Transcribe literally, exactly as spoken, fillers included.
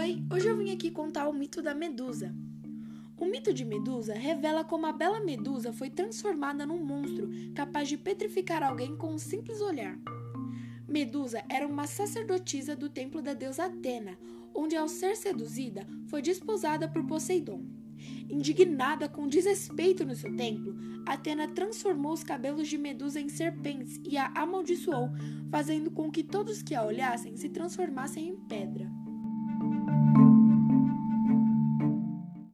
Oi, hoje eu vim aqui contar o mito da Medusa. O mito de Medusa revela como a bela Medusa foi transformada num monstro capaz de petrificar alguém com um simples olhar. Medusa era uma sacerdotisa do templo da deusa Atena, onde ao ser seduzida foi desposada por Poseidon. Indignada com desrespeito no seu templo, Atena transformou os cabelos de Medusa em serpentes e a amaldiçoou, fazendo com que todos que a olhassem se transformassem em pedra.